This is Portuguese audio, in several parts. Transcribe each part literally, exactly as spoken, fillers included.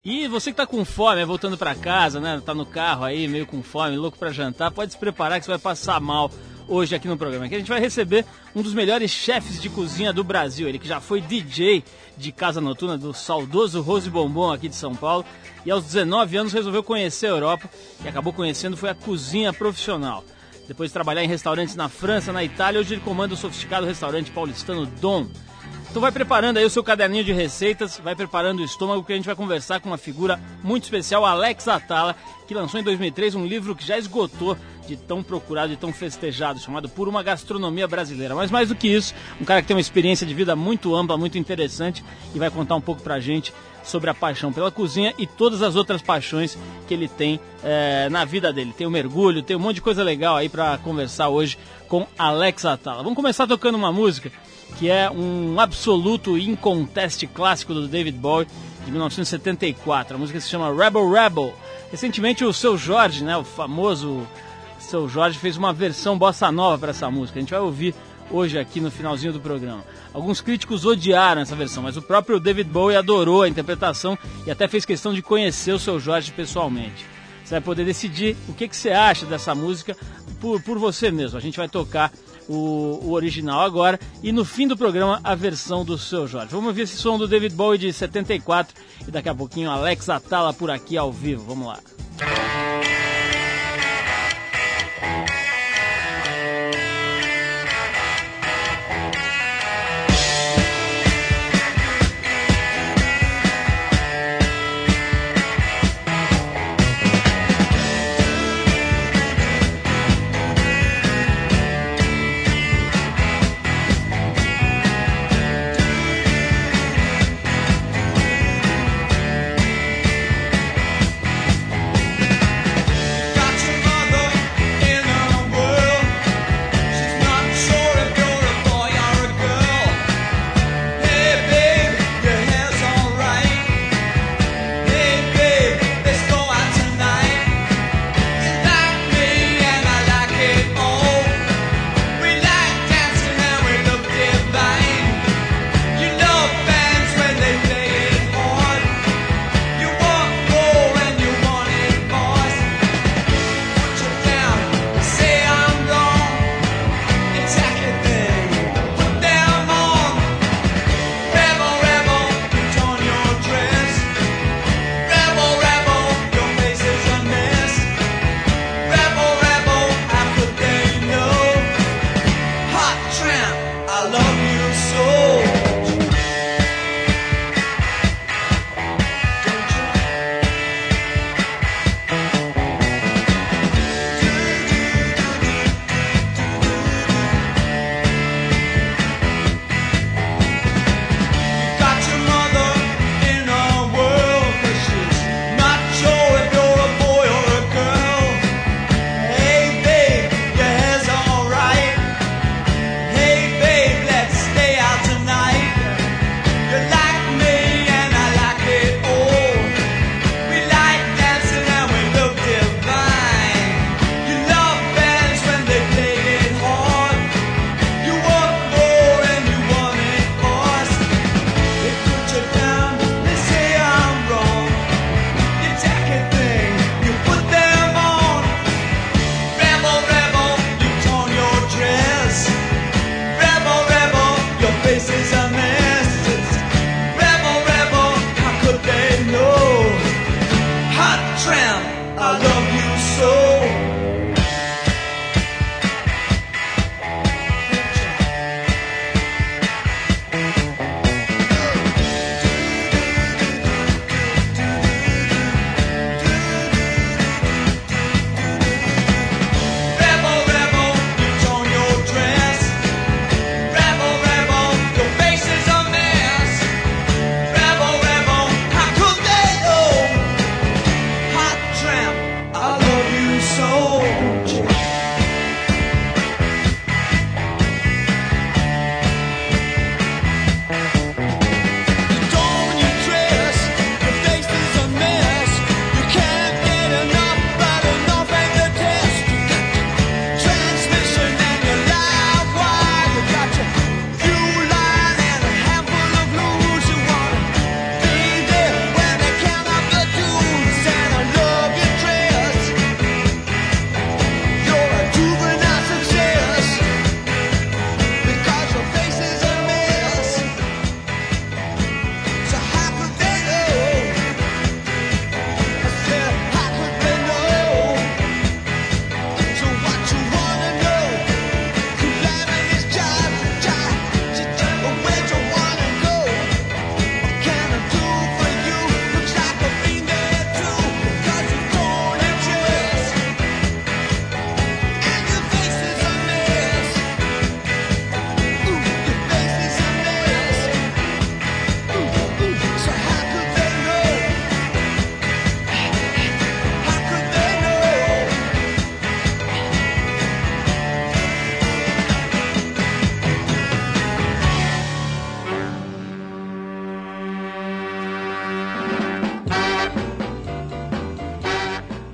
E você que tá com fome, voltando pra casa, né? Tá no carro aí, meio com fome, louco pra jantar, pode se preparar que você vai passar mal hoje aqui no programa. Aqui a gente vai receber um dos melhores chefes de cozinha do Brasil, ele que já foi D J de Casa Noturna do saudoso Rose Bombom aqui de São Paulo e aos dezenove anos resolveu conhecer a Europa e acabou conhecendo foi a cozinha profissional. Depois de trabalhar em restaurantes na França, na Itália, hoje ele comanda o sofisticado restaurante paulistano Dom. Então vai preparando aí o seu caderninho de receitas, vai preparando o estômago que a gente vai conversar com uma figura muito especial, Alex Atala, que lançou em dois mil e três um livro que já esgotou de tão procurado e tão festejado, chamado Por uma Gastronomia Brasileira. Mas mais do que isso, um cara que tem uma experiência de vida muito ampla, muito interessante e vai contar um pouco pra gente sobre a paixão pela cozinha e todas as outras paixões que ele tem é, na vida dele. Tem o mergulho, tem um monte de coisa legal aí pra conversar hoje com Alex Atala. Vamos começar tocando uma música que é um absoluto e inconteste clássico do David Bowie, de mil novecentos e setenta e quatro. A música se chama Rebel Rebel. Recentemente o Seu Jorge, né, o famoso Seu Jorge, fez uma versão bossa nova para essa música. A gente vai ouvir hoje aqui no finalzinho do programa. Alguns críticos odiaram essa versão, mas o próprio David Bowie adorou a interpretação e até fez questão de conhecer o Seu Jorge pessoalmente. Você vai poder decidir o que, que você acha dessa música por, por você mesmo. A gente vai tocar O, o original agora e no fim do programa a versão do Seu Jorge. Vamos ouvir esse som do David Bowie de setenta e quatro e daqui a pouquinho Alex Atala por aqui ao vivo. Vamos lá.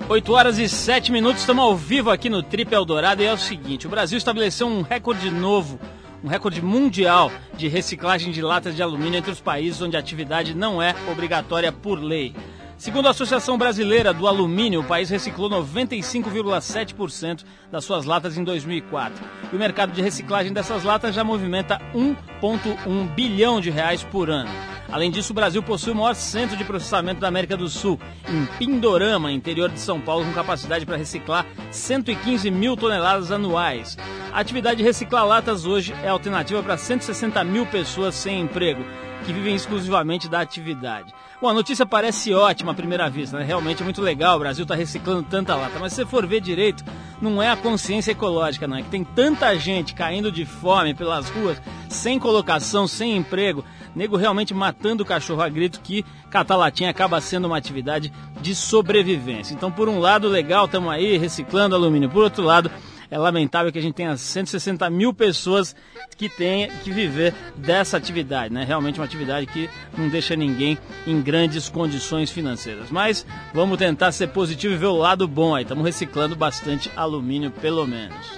oito horas e sete minutos, estamos ao vivo aqui no Trip Eldorado e é o seguinte, o Brasil estabeleceu um recorde novo, um recorde mundial de reciclagem de latas de alumínio entre os países onde a atividade não é obrigatória por lei. Segundo a Associação Brasileira do Alumínio, o país reciclou noventa e cinco vírgula sete por cento das suas latas em dois mil e quatro. E o mercado de reciclagem dessas latas já movimenta um vírgula um bilhão de reais por ano. Além disso, o Brasil possui o maior centro de processamento da América do Sul, em Pindorama, interior de São Paulo, com capacidade para reciclar cento e quinze mil toneladas anuais. A atividade de reciclar latas hoje é alternativa para cento e sessenta mil pessoas sem emprego, que vivem exclusivamente da atividade. Bom, a notícia parece ótima à primeira vista, né? Realmente é muito legal, o Brasil está reciclando tanta lata, mas se você for ver direito, não é a consciência ecológica, não é que tem tanta gente caindo de fome pelas ruas, sem colocação, sem emprego, nego realmente matando o cachorro a grito, que catar latinha acaba sendo uma atividade de sobrevivência. Então, por um lado, legal, estamos aí reciclando alumínio, por outro lado, é lamentável que a gente tenha cento e sessenta mil pessoas que tenham que viver dessa atividade, né? Realmente uma atividade que não deixa ninguém em grandes condições financeiras. Mas vamos tentar ser positivo e ver o lado bom aí. Estamos reciclando bastante alumínio, pelo menos.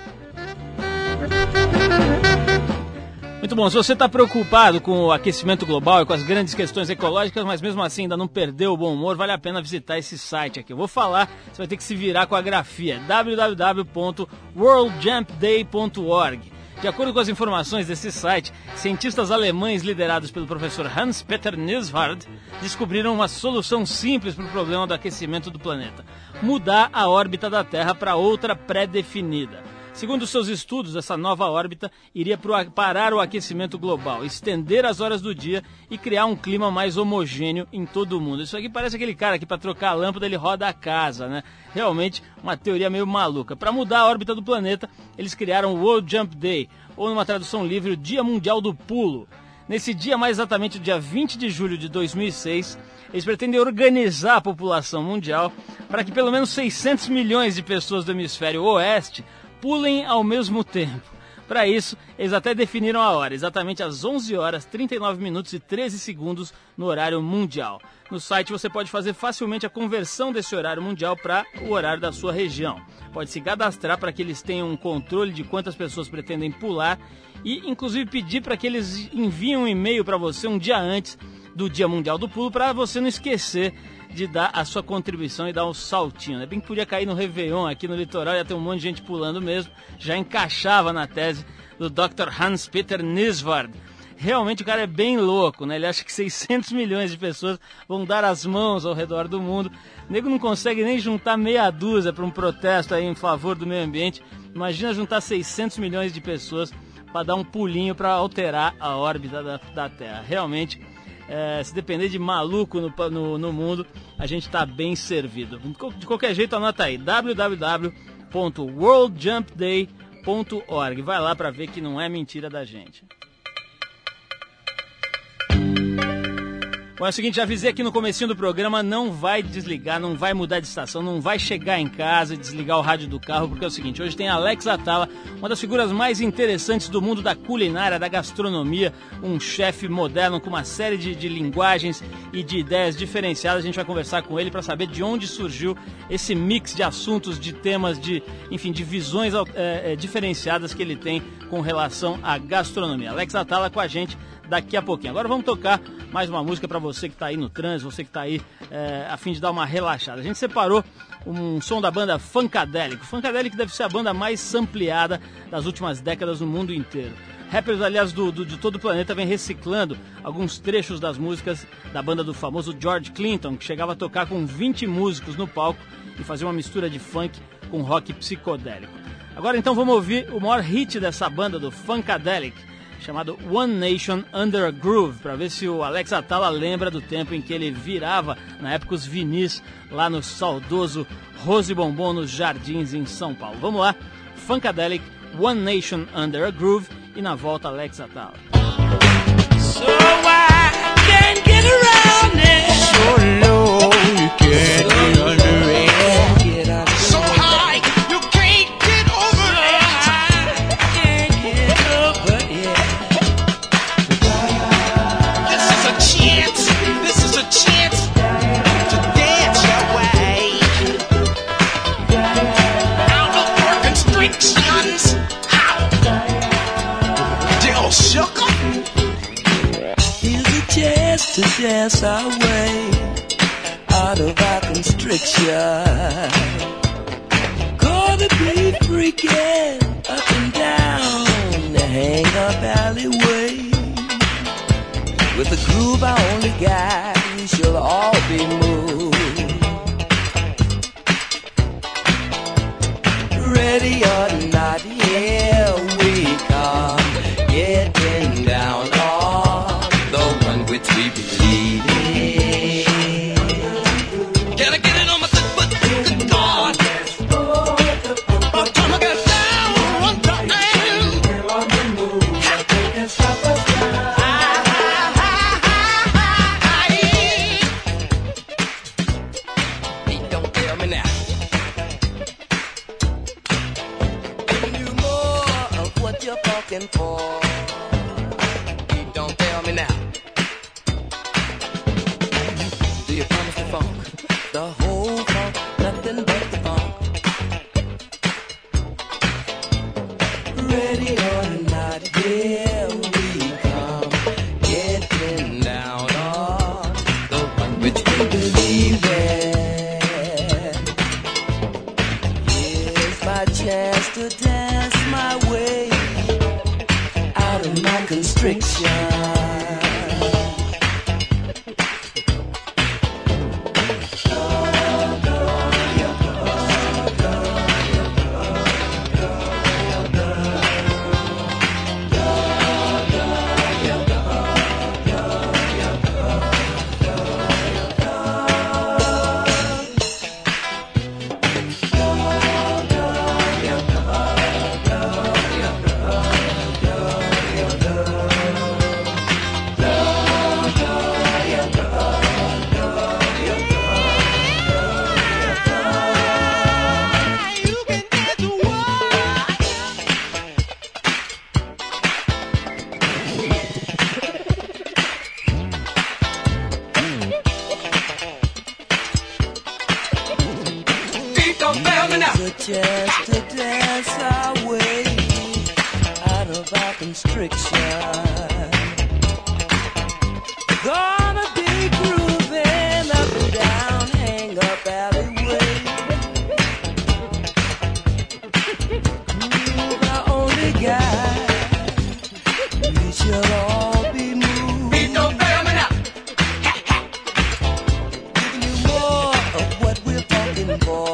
Muito bom, se você está preocupado com o aquecimento global e com as grandes questões ecológicas, mas mesmo assim ainda não perdeu o bom humor, vale a pena visitar esse site aqui. Eu vou falar, você vai ter que se virar com a grafia, w w w ponto world jump day ponto org. De acordo com as informações desse site, cientistas alemães liderados pelo professor Hans-Peter Niswald descobriram uma solução simples para o problema do aquecimento do planeta: mudar a órbita da Terra para outra pré-definida. Segundo seus estudos, essa nova órbita iria parar o aquecimento global, estender as horas do dia e criar um clima mais homogêneo em todo o mundo. Isso aqui parece aquele cara que para trocar a lâmpada ele roda a casa, né? Realmente uma teoria meio maluca. Para mudar a órbita do planeta, eles criaram o World Jump Day, ou numa tradução livre, o Dia Mundial do Pulo. Nesse dia, mais exatamente o dia vinte de julho de dois mil e seis, eles pretendem organizar a população mundial para que pelo menos seiscentos milhões de pessoas do hemisfério oeste pulem ao mesmo tempo. Para isso, eles até definiram a hora, exatamente às onze horas, trinta e nove minutos e treze segundos no horário mundial. No site você pode fazer facilmente a conversão desse horário mundial para o horário da sua região. Pode se cadastrar para que eles tenham um controle de quantas pessoas pretendem pular e, inclusive, pedir para que eles enviem um e-mail para você um dia antes do Dia Mundial do Pulo, para você não esquecer de dar a sua contribuição e dar um saltinho, né? Bem que podia cair no Réveillon aqui no litoral, ia ter um monte de gente pulando mesmo, já encaixava na tese do doutor Hans-Peter Niswald. Realmente o cara é bem louco, né? Ele acha que seiscentos milhões de pessoas vão dar as mãos ao redor do mundo. O nego não consegue nem juntar meia dúzia para um protesto aí em favor do meio ambiente. Imagina juntar seiscentos milhões de pessoas para dar um pulinho para alterar a órbita da, da Terra. Realmente, É, se depender de maluco no, no, no mundo, a gente está bem servido. De qualquer jeito, anota aí, w w w ponto world jump day ponto org. Vai lá para ver que não é mentira da gente. Bom, é o seguinte, já avisei aqui no comecinho do programa, não vai desligar, não vai mudar de estação, não vai chegar em casa e desligar o rádio do carro, porque é o seguinte, hoje tem Alex Atala, uma das figuras mais interessantes do mundo da culinária, da gastronomia, um chefe moderno com uma série de, de linguagens e de ideias diferenciadas. A gente vai conversar com ele para saber de onde surgiu esse mix de assuntos, de temas, de, enfim, de visões é, é, diferenciadas que ele tem com relação à gastronomia. Alex Atala com a gente daqui a pouquinho. Agora vamos tocar mais uma música para você que está aí no trânsito, você que está aí é, a fim de dar uma relaxada. A gente separou um som da banda Funkadelic. Funkadelic deve ser a banda mais sampleada das últimas décadas no mundo inteiro. Rappers, aliás, do, do, de todo o planeta vem reciclando alguns trechos das músicas da banda do famoso George Clinton, que chegava a tocar com vinte músicos no palco e fazer uma mistura de funk com rock psicodélico. Agora então vamos ouvir o maior hit dessa banda do Funkadelic, chamado One Nation Under a Groove, para ver se o Alex Atala lembra do tempo em que ele virava, na época, os vinis lá no saudoso Rose Bombom, nos Jardins, em São Paulo. Vamos lá, Funkadelic, One Nation Under a Groove, e na volta Alex Atala. So I can't get around it. So low you can't get under it. So high you can't get over it. I can't get over it. This is a chance. This is a chance to dance your way. dance our way out of our constriction. Gonna be freaking up and down the hang-up alleyway. With a groove I only got, we shall all be moved. Ready or not, here we come, getting down on the one which we believe in. Can I get it on my foot, foot, foot, God? By the time I get down one time, we're on the move. They can stop us now. Hey, don't tell me now. What you're fucking for? You don't tell me now. Do you promise the funk? The whole funk, nothing but the funk. Ready or not, here we come, getting down on the one which we believe in. Here's my chance to dance my way out of my constriction. Just to dance our way out of our constriction. Gonna be grooving up and down hang-up alleyway. Groove I only got, we shall all be moved. Beat don't fail me now. Giving you more of what we're talking for.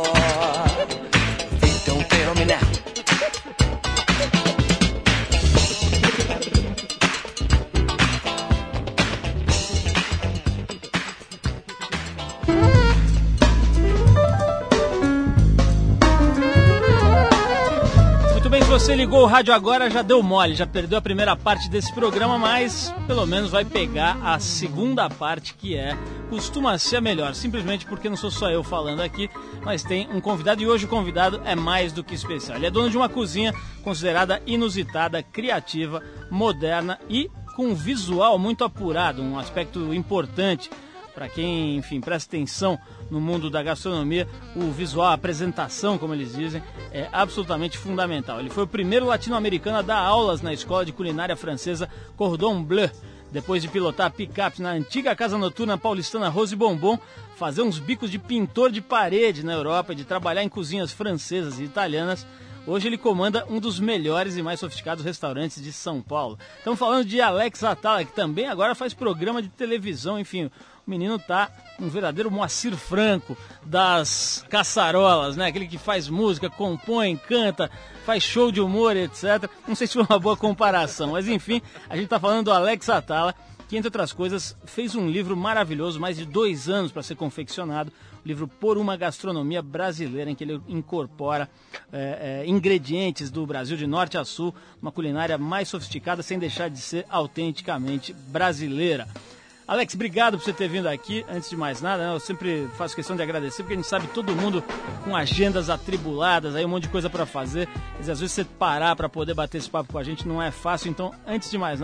Você ligou o rádio agora, já deu mole, já perdeu a primeira parte desse programa, mas pelo menos vai pegar a segunda parte, que é, costuma ser a melhor, simplesmente porque não sou só eu falando aqui, mas tem um convidado, e hoje o convidado é mais do que especial. Ele é dono de uma cozinha considerada inusitada, criativa, moderna e com um visual muito apurado, um aspecto importante para quem, enfim, presta atenção no mundo da gastronomia. O visual, a apresentação, como eles dizem, é absolutamente fundamental. Ele foi o primeiro latino-americano a dar aulas na escola de culinária francesa Cordon Bleu, depois de pilotar pick-up na antiga casa noturna paulistana Rose Bombom, fazer uns bicos de pintor de parede na Europa e de trabalhar em cozinhas francesas e italianas. Hoje ele comanda um dos melhores e mais sofisticados restaurantes de São Paulo. Estamos falando de Alex Atala, que também agora faz programa de televisão. Enfim, o menino tá um verdadeiro Moacir Franco das caçarolas, né? Aquele que faz música, compõe, canta, faz show de humor, etcétera. Não sei se foi uma boa comparação, mas enfim, a gente tá falando do Alex Atala, que, entre outras coisas, fez um livro maravilhoso, mais de dois anos para ser confeccionado, o livro Por uma Gastronomia Brasileira, em que ele incorpora é, é, ingredientes do Brasil de norte a sul, uma culinária mais sofisticada, sem deixar de ser autenticamente brasileira. Alex, obrigado por você ter vindo aqui. Antes de mais nada, né, eu sempre faço questão de agradecer, porque a gente sabe todo mundo com agendas atribuladas, aí um monte de coisa para fazer. Às vezes você parar para poder bater esse papo com a gente não é fácil. Então, antes de mais nada,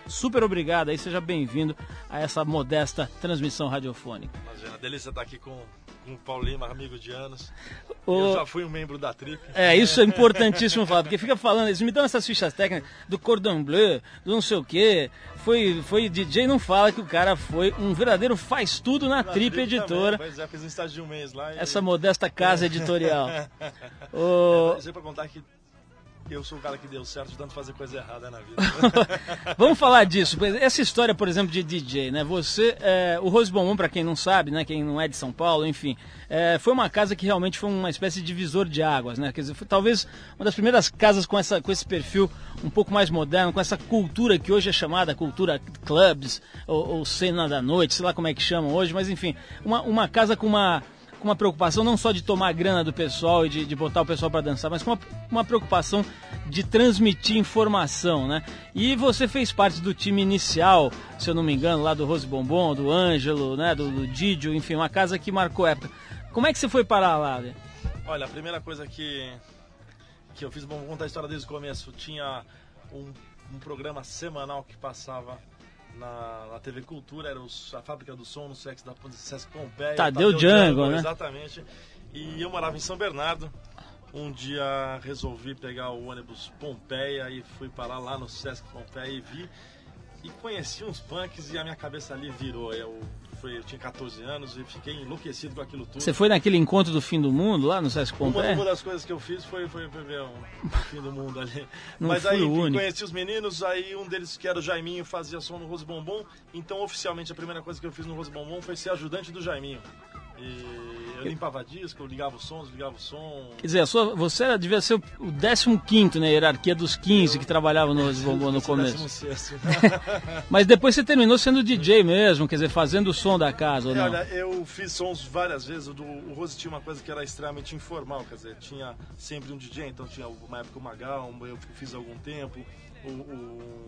super obrigado aí, seja bem-vindo a essa modesta transmissão radiofônica. Imagina, delícia estar aqui com, com o Paulo Lima, amigo de anos. O... Eu já fui um membro da Trip. É, isso é importantíssimo falar, porque fica falando, eles me dão essas fichas técnicas do Cordon Bleu, do não sei o quê, foi, foi D J, não fala que o cara foi um verdadeiro faz-tudo na, na Trip, Trip Editora. Também, pois é, fiz um estágio de um mês lá. E... Essa modesta casa editorial. o... É, pra contar que eu sou o cara que deu certo de tanto fazer coisa errada na vida. Vamos falar disso. Essa história, por exemplo, de D J, né? Você, é, o Rose Bombom, para quem não sabe, né? Quem não é de São Paulo, enfim, é, foi uma casa que realmente foi uma espécie de divisor de águas, né? Quer dizer, foi talvez uma das primeiras casas com, essa, com esse perfil um pouco mais moderno, com essa cultura que hoje é chamada cultura clubs ou, ou cena da noite, sei lá como é que chamam hoje, mas enfim, uma, uma casa com uma uma preocupação não só de tomar a grana do pessoal e de, de botar o pessoal para dançar, mas com uma, uma preocupação de transmitir informação, né? E você fez parte do time inicial, se eu não me engano, lá do Rose Bombom, do Ângelo, né? Do, do Didio, enfim, uma casa que marcou época. Como é que você foi parar lá, né? Olha, a primeira coisa que, que eu fiz, vamos contar a história desde o começo, tinha um, um programa semanal que passava Na, na T V Cultura, era os, a Fábrica do Som no Sesc da Sesc Pompeia. Tadeu Django, né? Exatamente. E eu morava em São Bernardo. Um dia resolvi pegar o ônibus Pompeia e fui parar lá no Sesc Pompeia e vi e conheci uns punks e a minha cabeça ali virou. Eu, foi, eu tinha catorze anos e fiquei enlouquecido com aquilo tudo. Você foi naquele encontro do fim do mundo lá no Sesc Pompeia? Uma, uma das coisas que eu fiz foi, foi, foi ver um, o fim do mundo ali. Não Mas fui aí o único. conheci os meninos, aí um deles que era o Jaiminho fazia som no Rose Bombom. Então oficialmente a primeira coisa que eu fiz no Rose Bombom foi ser ajudante do Jaiminho. E eu limpava disco, eu ligava o som, desligava o som. Quer dizer, a sua, você era, devia ser o décimo quinto na hierarquia dos quinze eu, que trabalhavam no Rose Bombom no começo. décimo sexto. Mas depois você terminou sendo D J mesmo, quer dizer, fazendo o som da casa, ou é, não? Olha, eu fiz sons várias vezes. O, do, o Rose tinha uma coisa que era extremamente informal, quer dizer, tinha sempre um D J, então tinha uma época o Magal, eu fiz há algum tempo. O, o...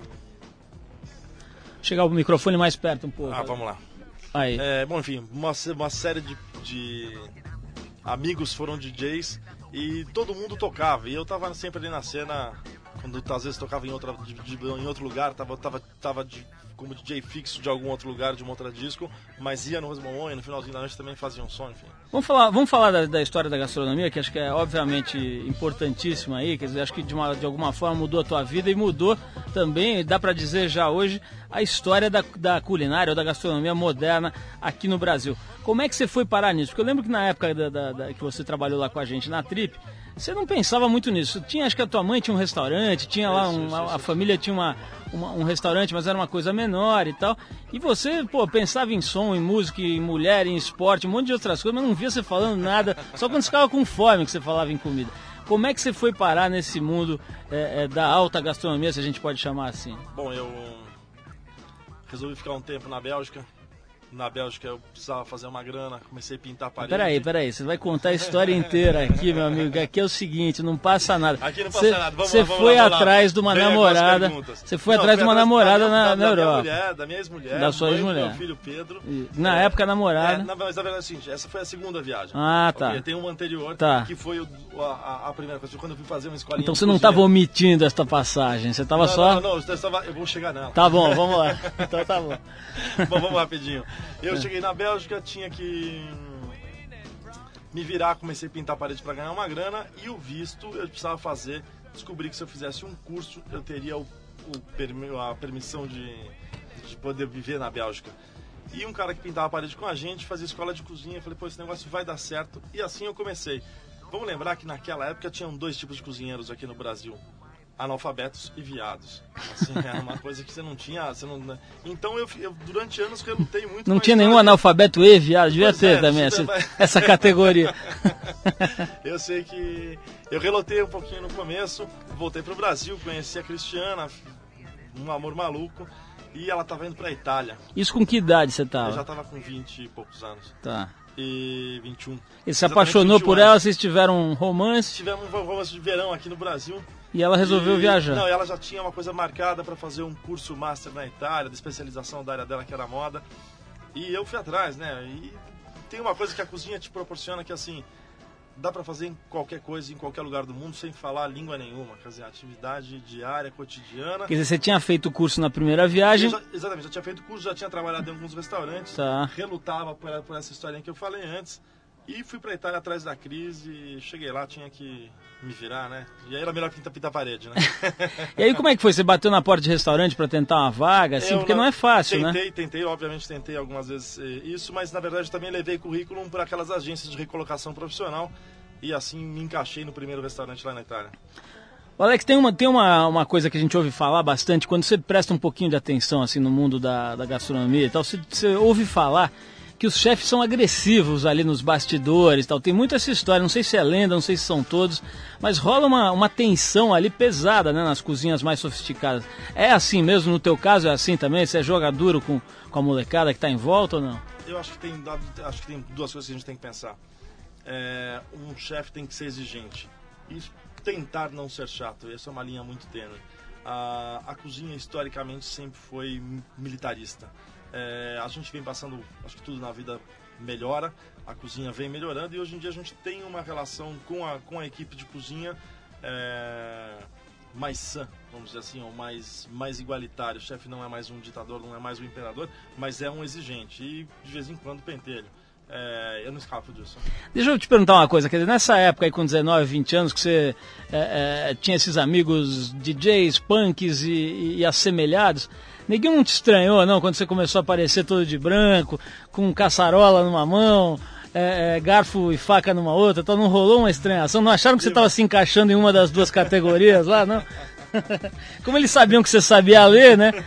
Chegar o microfone mais perto um pouco. Ah, vamos lá. Aí. É, bom, enfim, uma, uma série de, de amigos foram D Js e todo mundo tocava. E eu tava sempre ali na cena, quando às vezes tocava em, outra, de, de, em outro lugar, tava, tava, tava de, como D J fixo de algum outro lugar, de um outro disco, mas ia no Rose Bombom e no finalzinho da noite também fazia um som, enfim. Vamos falar, vamos falar da, da história da gastronomia, que acho que é obviamente importantíssima aí, quer dizer, acho que de, uma, de alguma forma mudou a tua vida e mudou também, dá para dizer já hoje, a história da, da culinária ou da gastronomia moderna aqui no Brasil. Como é que você foi parar nisso? Porque eu lembro que na época da, da, da, que você trabalhou lá com a gente na Trip, você não pensava muito nisso. Tinha, acho que a tua mãe tinha um restaurante, tinha lá um, a, a família tinha uma, uma, um restaurante, mas era uma coisa menor e tal. E você, pô, pensava em som, em música, em mulher, em esporte, um monte de outras coisas, mas não via você falando nada. Só quando você ficava com fome que você falava em comida. Como é que você foi parar nesse mundo é, é, da alta gastronomia, se a gente pode chamar assim? Bom, eu resolvi ficar um tempo na Bélgica. Na Bélgica eu precisava fazer uma grana, comecei a pintar a parede. Peraí, peraí, você vai contar a história inteira aqui, meu amigo, aqui é o seguinte, não passa nada. Aqui não passa cê, nada, vamos Você lá, vamos foi lá, vamos atrás lá. de uma Vem namorada, você foi não, atrás de uma namorada da, na, da, na da Europa. Minha mulher, da minha ex-mulher, da sua ex-mulher. do meu filho Pedro. E, na é, época namorada. É, na, mas na verdade é o seguinte, essa foi a segunda viagem. Ah, tá. Okay, tem uma anterior, tá. que foi o, a, a primeira coisa, quando eu fui fazer uma escolinha. Então você não estava omitindo esta passagem, você estava só... Não, não, não, eu, tava, eu vou chegar nela. Tá bom, vamos lá. Então tá bom. Bom, vamos rapidinho. Eu cheguei na Bélgica, tinha que me virar, comecei a pintar a parede para ganhar uma grana e o visto eu precisava fazer. Descobri que se eu fizesse um curso eu teria o, o, a permissão de, de poder viver na Bélgica. E um cara que pintava a parede com a gente fazia escola de cozinha. Eu falei, pô, esse negócio vai dar certo. E assim eu comecei. Vamos lembrar que naquela época tinham dois tipos de cozinheiros aqui no Brasil: analfabetos e viados. Assim, era uma coisa que você não tinha. Você não... Então eu, eu durante anos relutei muito. Não tinha nenhum analfabeto e viado, devia Pois ter é, também você essa, vai- essa categoria. Eu sei que eu relutei um pouquinho no começo, voltei pro Brasil, conheci a Cristiana, um amor maluco, e ela tava indo pra Itália. Isso com que idade você Eu já tava? tava com vinte e poucos anos. Tá. E vinte e um. E se Exatamente apaixonou vinte e um por anos. ela, vocês tiveram um romance Tivemos um romance de verão aqui no Brasil. e ela resolveu E- viajar. Não, ela já tinha uma coisa marcada para fazer um curso master na Itália, de especialização da área dela, que era moda. E eu fui atrás, né? E tem uma coisa que a cozinha te proporciona que, assim, dá para fazer em qualquer coisa, em qualquer lugar do mundo, sem falar língua nenhuma. Quer dizer, atividade diária, cotidiana. Quer dizer, você tinha feito o curso na primeira viagem? Já, exatamente, já tinha feito curso, já tinha trabalhado em alguns restaurantes, tá. relutava por, por essa historinha que eu falei antes, e fui para Itália atrás da crise, cheguei lá, tinha que me virar, né? E aí era melhor pintar, pintar a parede, né? E aí como é que foi? Você bateu na porta de restaurante para tentar uma vaga, assim? Eu Porque não, não é fácil, tentei, né? Tentei, tentei, obviamente tentei algumas vezes isso, mas na verdade também levei currículo para aquelas agências de recolocação profissional, e assim me encaixei no primeiro restaurante lá na Itália. Alex, tem, uma, tem uma, uma coisa que a gente ouve falar bastante, quando você presta um pouquinho de atenção assim, no mundo da, da gastronomia e tal, você, você ouve falar que os chefes são agressivos ali nos bastidores e tal. Tem muita essa história, não sei se é lenda, não sei se são todos, mas rola uma, uma tensão ali pesada, né, nas cozinhas mais sofisticadas. É assim mesmo? No teu caso é assim também? Você joga duro com, com a molecada que está em volta ou não? Eu acho que tem, acho que tem duas coisas que a gente tem que pensar. É, um chefe tem que ser exigente e tentar não ser chato. Essa é uma linha muito tênue. A, a cozinha historicamente sempre foi militarista. É, a gente vem passando, acho que tudo na vida melhora, a cozinha vem melhorando e hoje em dia a gente tem uma relação com a, com a equipe de cozinha é, mais sã, vamos dizer assim, ou mais, mais igualitário. O chefe não é mais um ditador, não é mais um imperador, mas é um exigente e de vez em quando pentelho. É, eu não escapo disso. Deixa eu te perguntar uma coisa, quer dizer, nessa época aí com dezenove, vinte anos que você é, é, tinha esses amigos D Js, punks e, e, e assemelhados, ninguém não te estranhou não quando você começou a aparecer todo de branco, com caçarola numa mão, é, é, garfo e faca numa outra, então não rolou uma estranhação? Não acharam que você estava se encaixando em uma das duas categorias lá, não? Como eles sabiam que você sabia ler, né?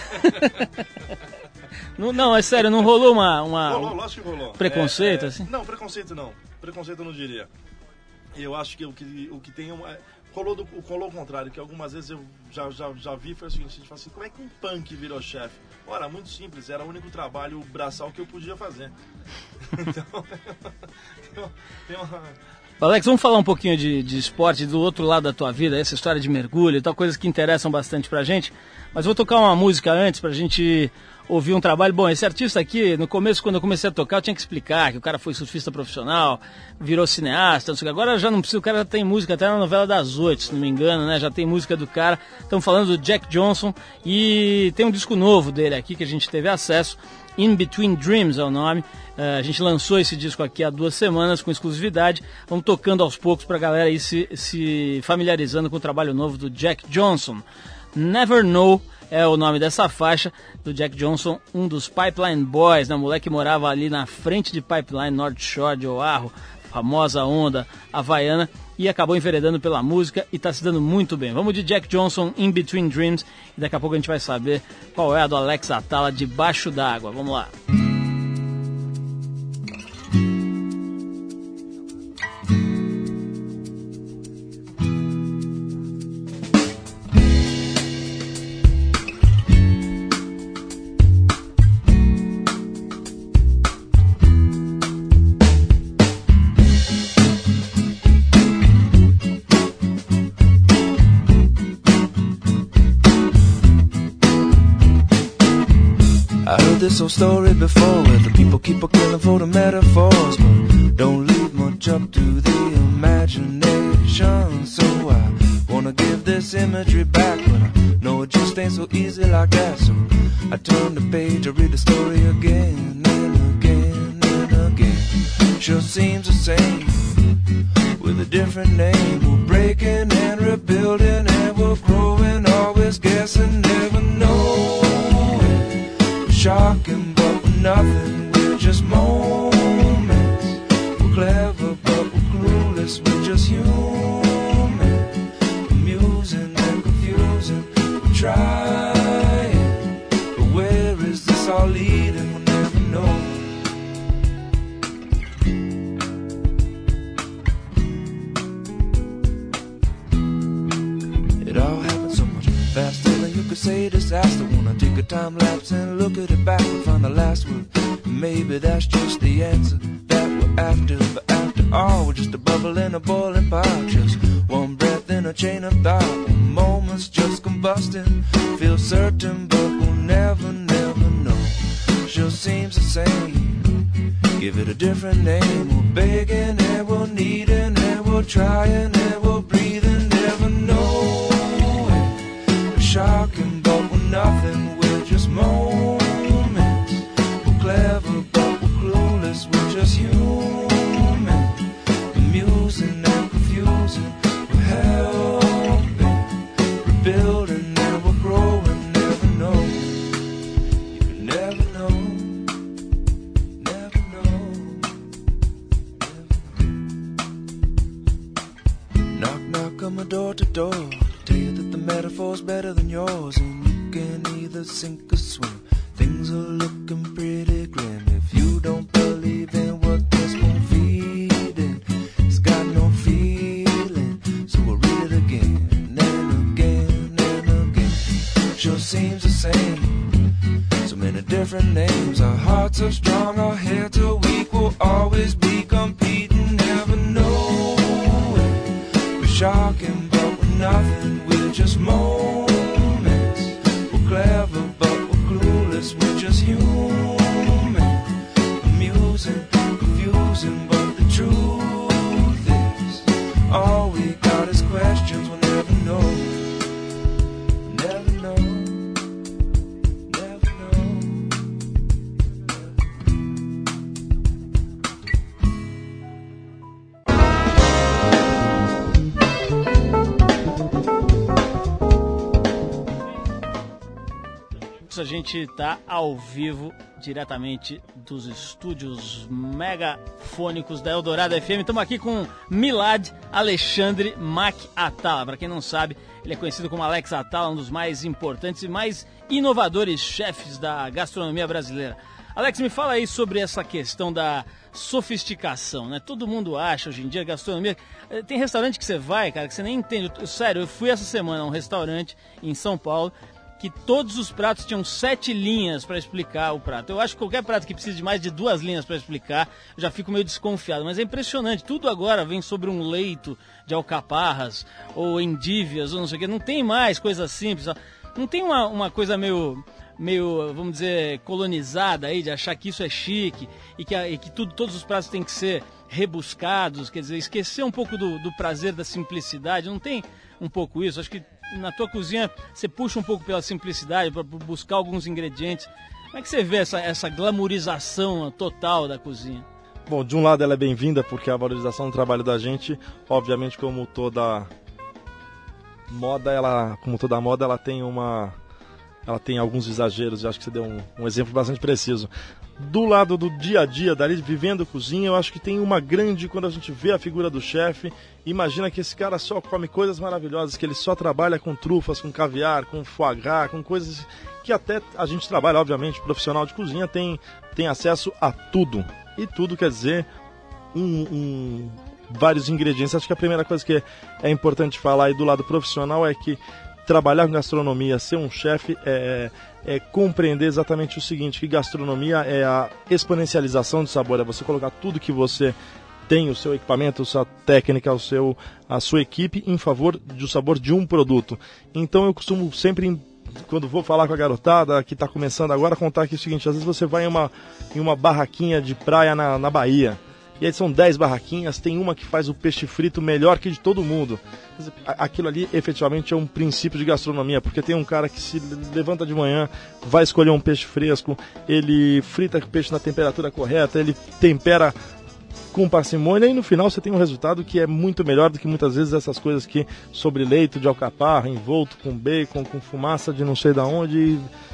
Não, não, é sério, não rolou uma... uma rolou, lógico que rolou. Preconceito, é, é, assim? Não, preconceito não. Preconceito eu não diria. Eu acho que o que, o que tem... É, rolou, do, rolou o contrário, que algumas vezes eu já, já, já vi, foi o seguinte, a gente fala assim, como é que um punk virou chefe? Ora, muito simples, era o único trabalho braçal que eu podia fazer. Então, tem uma... Alex, vamos falar um pouquinho de, de esporte do outro lado da tua vida, essa história de mergulho e tal, coisas que interessam bastante pra gente. Mas vou tocar uma música antes pra gente ouvir um trabalho. Bom, esse artista aqui, no começo, quando eu comecei a tocar, eu tinha que explicar que o cara foi surfista profissional, virou cineasta, não sei o que. Agora já não precisa, o cara já tem música até na novela das oito, se não me engano, né? Já tem música do cara. Estamos falando do Jack Johnson e tem um disco novo dele aqui que a gente teve acesso. In Between Dreams é o nome. Uh, a gente lançou esse disco aqui há duas semanas com exclusividade. Vamos tocando aos poucos pra galera ir se, se familiarizando com o trabalho novo do Jack Johnson. Never Know é o nome dessa faixa do Jack Johnson, um dos Pipeline Boys, né? O moleque morava ali na frente de Pipeline, North Shore de Oahu, famosa onda havaiana, e acabou enveredando pela música e está se dando muito bem. Vamos de Jack Johnson, In Between Dreams, e daqui a pouco a gente vai saber qual é a do Alex Atala, Debaixo d'Água. Vamos lá. This old story before where the people keep a killing for the metaphors, but don't leave much up to the imagination. So I wanna give this imagery back, but I know it just ain't so easy like that. So I turn the page, I read the story again and again and again. Sure seems the same with a different name. We're breaking and rebuilding and we're growing, always guessing, never know. Shocking, but we're nothing, we're just moments. We're clever, but we're clueless, we're just human. Amusing and confusing, we're trying. But where is this all leading, we'll never know. It all happened so much faster than you could say disaster. Wanna take a time lapse and look at it back and find the last word. Maybe that's just the answer that we're after. But after all, we're just a bubble in a boiling pot. Just one breath in a chain of thought. One moment's just combusting. Feel certain, but we'll never, never know. Sure seems the same. Give it a different name. We're begging and we're needing we're trying and we're breathing, never knowing. We're shocking, but we're nothing, we're just moments. We're clever, but we're clueless, we're just human. Amusing and confusing, we're helping, rebuilding and we're growing, never know. You can never know, never know, never. Knock, knock on my door to door, tell you that the metaphor's better than yours, and you can either sink or swim. Things are looking pretty grim if you don't believe in what this spoon feeding. It's got no feeling, so we'll read it again and again and again. Sure seems the same, so many different names. Our hearts are strong, our heads are weak. We'll always be competing, never knowing. We're shocking, but we're nothing, we're just moments. We're clever, but we're clueless, we're just human. Amusing, confusing, but the truth is, all we got is questions, we'll never know. Never know, never know. A gente tá ao vivo, diretamente dos estúdios megafônicos da Eldorado F M. Estamos aqui com Milad Alexandre Mac Atala. Para quem não sabe, ele é conhecido como Alex Atala, um dos mais importantes e mais inovadores chefes da gastronomia brasileira. Alex, me fala aí sobre essa questão da sofisticação, né? Todo mundo acha hoje em dia gastronomia... Tem restaurante que você vai, cara, que você nem entende. Sério, eu fui essa semana a um restaurante em São Paulo que todos os pratos tinham sete linhas para explicar o prato. Eu acho que qualquer prato que precise de mais de duas linhas para explicar, eu já fico meio desconfiado. Mas é impressionante, tudo agora vem sobre um leito de alcaparras, ou endívias, ou não sei o quê. Não tem mais coisa simples. Não tem uma, uma coisa meio, meio, vamos dizer, colonizada aí, de achar que isso é chique, e que, e que tudo, todos os pratos têm que ser rebuscados, quer dizer, esquecer um pouco do, do prazer da simplicidade. Não tem um pouco isso? Acho que na tua cozinha você puxa um pouco pela simplicidade, para buscar alguns ingredientes. Como é que você vê essa, essa glamourização total da cozinha? Bom, de um lado ela é bem-vinda porque a valorização do trabalho da gente, obviamente, como toda moda, ela, como toda moda, ela tem uma, ela tem alguns exageros. Eu acho que você deu um, um exemplo bastante preciso. Do lado do dia a dia, dali vivendo cozinha, eu acho que tem uma grande, quando a gente vê a figura do chefe, imagina que esse cara só come coisas maravilhosas, que ele só trabalha com trufas, com caviar, com foie gras, com coisas que até a gente trabalha, obviamente, profissional de cozinha tem, tem acesso a tudo. E tudo quer dizer um, um, vários ingredientes. Acho que a primeira coisa que é, é importante falar aí do lado profissional é que trabalhar com gastronomia, ser um chefe, é, é compreender exatamente o seguinte, que gastronomia é a exponencialização de sabor, é você colocar tudo que você tem, o seu equipamento, a sua técnica, o seu, a sua equipe, em favor do sabor de um produto. Então eu costumo sempre, quando vou falar com a garotada que está começando agora, contar aqui o seguinte, às vezes você vai em uma, em uma barraquinha de praia na, na Bahia, e aí são dez barraquinhas, tem uma que faz o peixe frito melhor que de todo mundo. Aquilo ali efetivamente é um princípio de gastronomia, porque tem um cara que se levanta de manhã, vai escolher um peixe fresco, ele frita o peixe na temperatura correta, ele tempera com parcimônia e no final você tem um resultado que é muito melhor do que muitas vezes essas coisas que sobre leito de alcaparra, envolto com bacon, com fumaça de não sei de onde.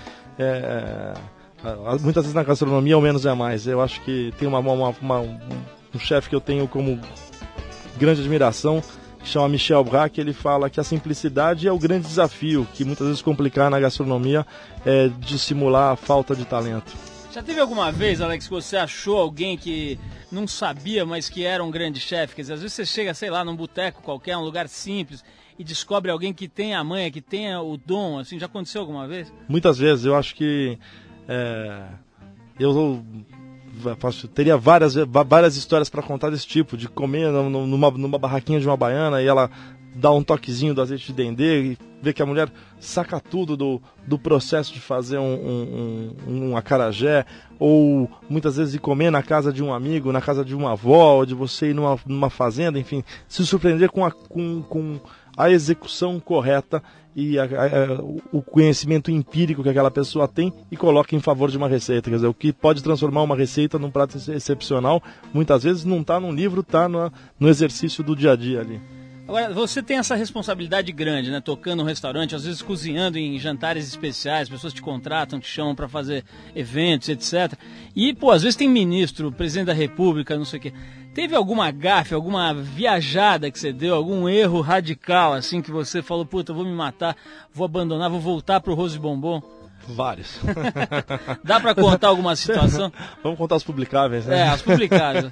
É, muitas vezes na gastronomia o menos é mais. Eu acho que tem uma, uma, uma, um, um chefe que eu tenho como grande admiração, que chama Michel Bras, que ele fala que a simplicidade é o grande desafio, que muitas vezes complicar na gastronomia é dissimular a falta de talento. Já teve alguma vez, Alex, que você achou alguém que não sabia, mas que era um grande chefe? Quer dizer, às vezes você chega, sei lá, num boteco qualquer, um lugar simples, e descobre alguém que tem a manha, que tem o dom, assim, já aconteceu alguma vez? Muitas vezes, eu acho que é, eu teria várias, várias histórias para contar desse tipo, de comer numa, numa barraquinha de uma baiana e ela dá um toquezinho do azeite de dendê, e vê que a mulher saca tudo do, do processo de fazer um, um, um, um acarajé, ou muitas vezes ir comer na casa de um amigo, na casa de uma avó, ou de você ir numa, numa fazenda, enfim, se surpreender com a, com, com a execução correta e a, a, o conhecimento empírico que aquela pessoa tem e coloca em favor de uma receita. Quer dizer, o que pode transformar uma receita num prato excepcional, muitas vezes não está num livro, está no, no exercício do dia a dia ali. Agora, você tem essa responsabilidade grande, né? Tocando um restaurante, às vezes cozinhando em jantares especiais, pessoas te contratam, te chamam para fazer eventos, etcétera. E, pô, às vezes tem ministro, presidente da república, não sei o quê. Teve alguma gafe, alguma viajada que você deu, algum erro radical, assim, que você falou, puta, eu vou me matar, vou abandonar, vou voltar pro Rose Bombom? Vários. Dá para contar alguma situação? Vamos contar os publicáveis, né? É, as publicáveis.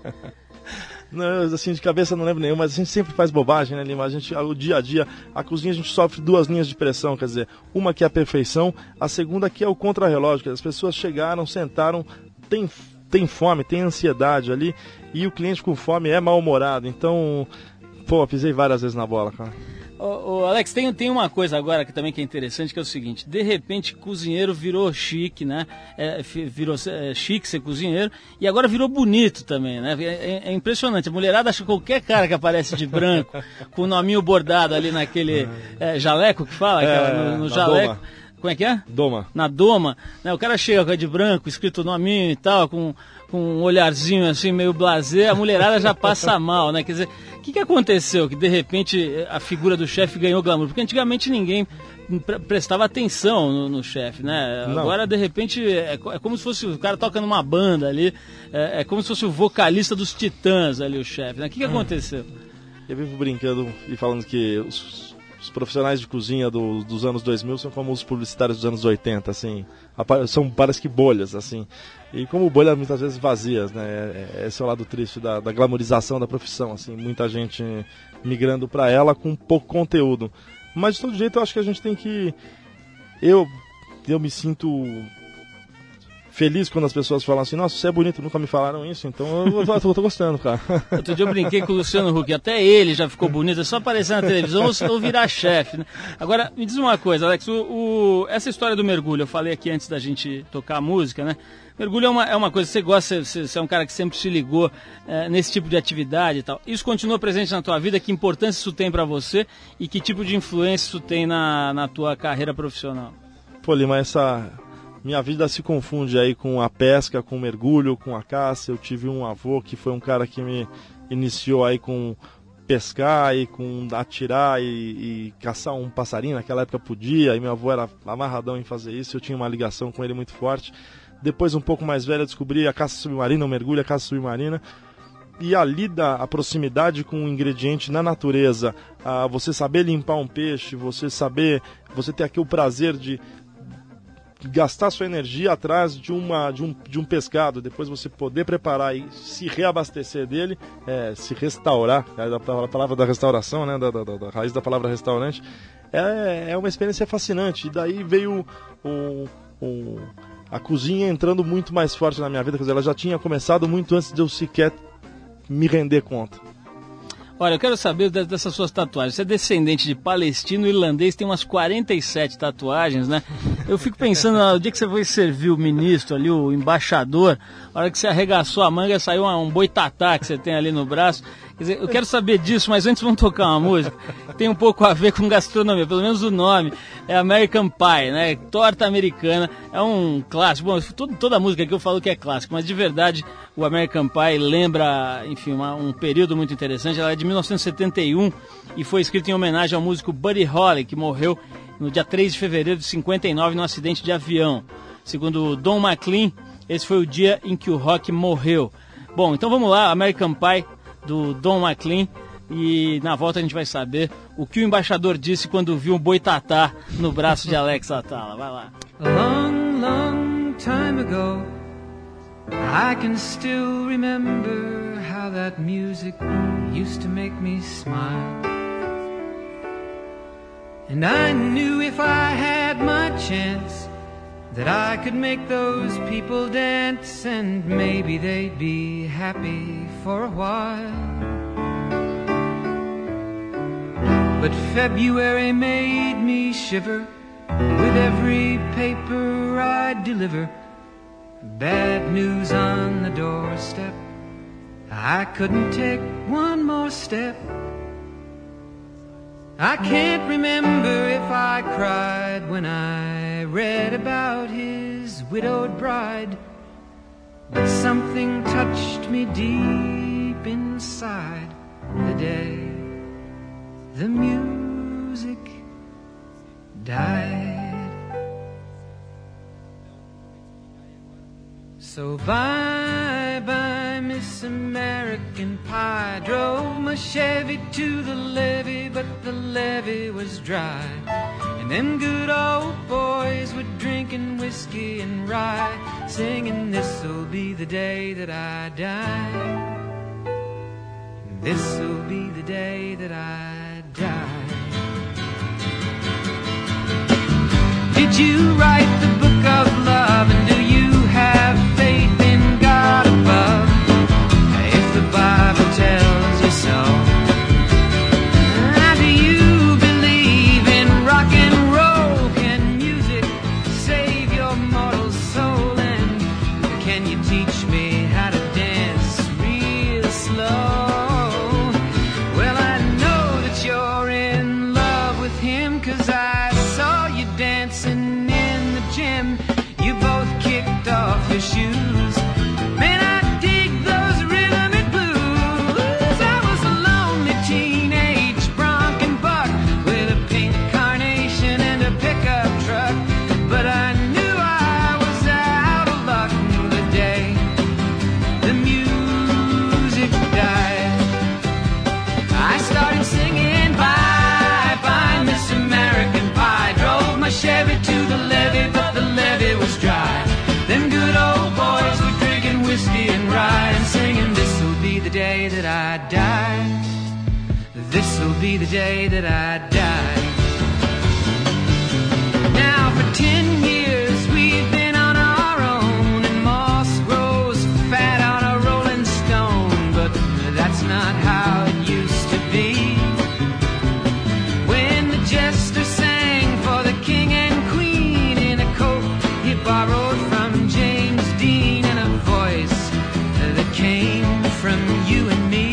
Não, assim, de cabeça não lembro nenhum, mas a gente sempre faz bobagem, né, Lima? A gente, o dia a dia, a cozinha a gente sofre duas linhas de pressão, quer dizer, uma que é a perfeição, a segunda que é o contrarrelógio, que as pessoas chegaram, sentaram, tem, tem fome, tem ansiedade ali, e o cliente com fome é mal-humorado, então, pô, pisei várias vezes na bola, cara. Ô, ô, Alex, tem, tem uma coisa agora que também que é interessante, que é o seguinte, de repente cozinheiro virou chique, né? É, virou é, chique ser cozinheiro e agora virou bonito também, né? É, é impressionante, a mulherada acha que qualquer cara que aparece de branco, com o nominho bordado ali naquele é, jaleco que fala, É, aquela, no, no na jaleco. doma. Como é que é? Doma. Na doma, né? O cara chega de branco, escrito nominho e tal, com, com um olharzinho assim meio blasé, a mulherada já passa mal, né? Quer dizer, o que, que aconteceu que de repente a figura do chefe ganhou glamour? Porque antigamente ninguém pre- prestava atenção no, no chefe, né? Não. Agora de repente é, é como se fosse o cara toca numa banda ali, é, é como se fosse o vocalista dos Titãs ali, o chefe, né? O que, que aconteceu? Eu vivo brincando e falando que os, os profissionais de cozinha do, dos anos dois mil são como os publicitários dos anos oitenta, assim, apa- são parece que bolhas, assim, e como bolhas muitas vezes vazias, né, é- esse é o lado triste da, da glamorização da profissão, assim, muita gente migrando para ela com pouco conteúdo, mas de todo jeito eu acho que a gente tem que, eu, eu me sinto feliz quando as pessoas falam assim, nossa, você é bonito, nunca me falaram isso, então eu, eu, eu tô gostando, cara. Outro dia eu brinquei com o Luciano Huck, até ele já ficou bonito, é só aparecer na televisão ou, ou virar chefe, né? Agora, me diz uma coisa, Alex, o, o, essa história do mergulho, eu falei aqui antes da gente tocar a música, né? Mergulho é uma, é uma coisa que você gosta, você, você é um cara que sempre se ligou é, nesse tipo de atividade e tal. Isso continua presente na tua vida? Que importância isso tem pra você e que tipo de influência isso tem na, na tua carreira profissional? Pô, Lima, essa... minha vida se confunde aí com a pesca, com o mergulho, com a caça. Eu tive um avô que foi um cara que me iniciou aí com pescar e com atirar e, e caçar um passarinho. Naquela época podia, e meu avô era amarradão em fazer isso. Eu tinha uma ligação com ele muito forte. Depois, um pouco mais velho, eu descobri a caça submarina, o mergulho, a caça submarina. E ali da a proximidade com o ingrediente na natureza, a você saber limpar um peixe, você saber, você ter aqui o prazer de gastar sua energia atrás de, uma, de, um, de um pescado, depois você poder preparar e se reabastecer dele, é, se restaurar, é a palavra da restauração, né, da, da, da raiz da palavra restaurante, é, é uma experiência fascinante. E daí veio o, o, a cozinha entrando muito mais forte na minha vida, quer dizer, ela já tinha começado muito antes de eu sequer me render conta. Olha, eu quero saber dessas suas tatuagens. Você é descendente de palestino, irlandês, tem umas quarenta e sete tatuagens, né? Eu fico pensando, no dia que você foi servir o ministro ali, o embaixador, a hora que você arregaçou a manga, saiu um boitatá que você tem ali no braço. Quer dizer, eu quero saber disso, mas antes vamos tocar uma música. Tem um pouco a ver com gastronomia, pelo menos o nome. É American Pie, né? Torta americana. É um clássico. Bom, todo, toda a música aqui eu falo que é clássico, mas de verdade o American Pie lembra, enfim, uma, um período muito interessante. Ela é de mil novecentos e setenta e um e foi escrita em homenagem ao músico Buddy Holly, que morreu no dia três de fevereiro de cinquenta e nove num acidente de avião. Segundo Don McLean, esse foi o dia em que o rock morreu. Bom, então vamos lá, American Pie, do Don McLean, e na volta a gente vai saber o que o embaixador disse quando viu um boitatá no braço de Alex Atala. Vai lá. A long, long time ago, I can still remember how that music used to make me smile. And I knew if I had my chance that I could make those people dance, and maybe they'd be happy for a while. but February made me shiver with every paper I deliver. Bad news on the doorstep. I couldn't take one more step. I can't remember if I cried when I read about his widowed bride, but something touched me deep inside the day the music died. So bye bye Miss American Pie. Drove my Chevy to the levee, but the levee was dry, and them good old boys were drinking whiskey and rye, singing this'll be the day that I die. This'll be the day that I die. Did you write the book of love, and do you have faith in God above? If the Bible tells you so. Do you believe in rock and roll? Can music save your mortal soul? And can you teach me how to dance real slow? Well, I know that you're in love with him, 'cause I saw you dancing in the gym. You both kicked off your shoes. Man, I dig those rhythm and blues. I was a lonely teenage bronc and buck with a pink carnation and a pickup truck, but I knew I was out of luck the day the music died. I started singing bye bye Miss American Pie. Drove my Chevy to the levee, but the levee was dry. Them good old boys were drinking whiskey and rye, and singing this'll be the day that I die. This'll be the day that I die. Now for ten years we've been on our own, and moss grows fat on a rolling stone, but that's not how it used to be. When the jester sang for the king and queen in a coat he borrowed from James Dean, and a voice that came from you and me.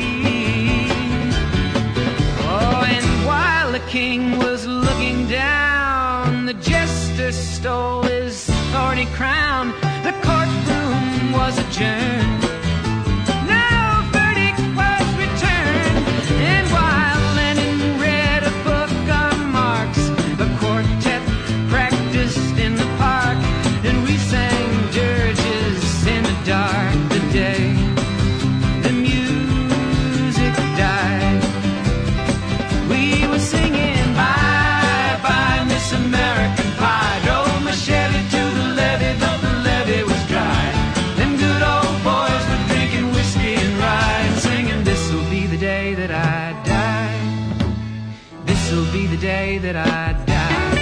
Oh, and while the king was looking down, the jester stole his thorny crown. The courtroom was adjourned. No verdict was returned. And while Lenin read a book on Marx, the quartet practiced in the park, and we sang dirges in the dark the day the music died. We were singing bye bye Miss American Pie. Drove my Chevy to the levee, but the levee was dry. Them good old boys were drinking whiskey and rye, and singing this'll be the day that I die. This'll be the day that I die.